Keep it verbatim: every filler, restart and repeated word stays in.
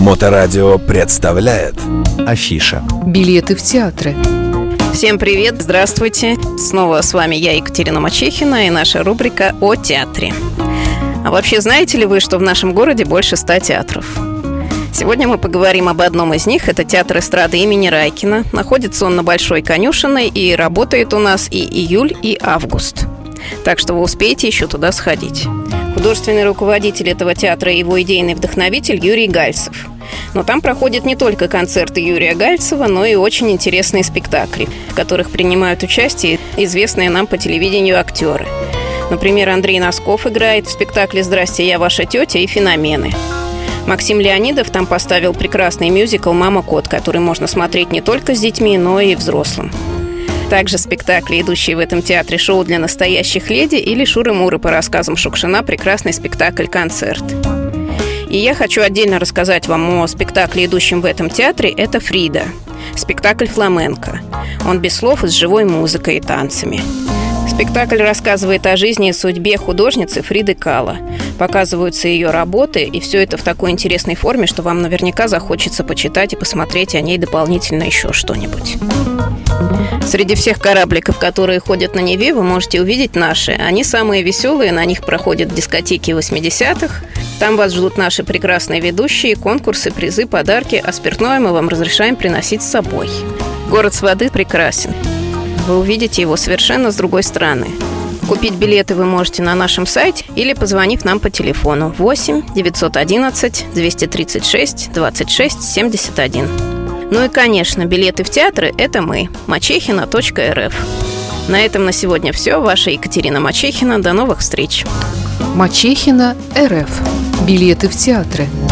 Моторадио представляет Афиша. Билеты в театры. Всем привет, здравствуйте. Снова с вами я, Екатерина Мачехина, и наша рубрика о театре. А вообще, знаете ли вы, что в нашем городе больше ста театров? Сегодня мы поговорим об одном из них. Это театр эстрады имени Райкина. Находится он на Большой Конюшенной и работает у нас и июль, и август. Так что вы успеете еще туда сходить. Художественный руководитель этого театра и его идейный вдохновитель Юрий Гальцев. Но там проходят не только концерты Юрия Гальцева, но и очень интересные спектакли, в которых принимают участие известные нам по телевидению актеры. Например, Андрей Носков играет в спектакле «Здрасте, я ваша тетя» и «Феномены». Максим Леонидов там поставил прекрасный мюзикл «Мама-кот», который можно смотреть не только с детьми, но и взрослым. Также спектакли, идущие в этом театре, шоу для настоящих леди или Шуры-Муры по рассказам Шукшина, прекрасный спектакль-концерт. И я хочу отдельно рассказать вам о спектакле, идущем в этом театре. Это «Фрида». Спектакль фламенко. Он без слов и с живой музыкой и танцами. Спектакль рассказывает о жизни и судьбе художницы Фриды Кало. Показываются ее работы, и все это в такой интересной форме, что вам наверняка захочется почитать и посмотреть о ней дополнительно еще что-нибудь. Среди всех корабликов, которые ходят на Неве, вы можете увидеть наши. Они самые веселые, на них проходят дискотеки восьмидесятых. Там вас ждут наши прекрасные ведущие, конкурсы, призы, подарки, а спиртное мы вам разрешаем приносить с собой. Город с воды прекрасен. Вы увидите его совершенно с другой стороны. Купить билеты вы можете на нашем сайте или позвонив нам по телефону восемь девятьсот одиннадцать двести тридцать шесть двадцать шесть семьдесят один. Ну и, конечно, билеты в театры – это мы, мачехина точка эр эф. На этом на сегодня все. Ваша Екатерина Мачехина. До новых встреч. Мачехина эр эф. Билеты в театры.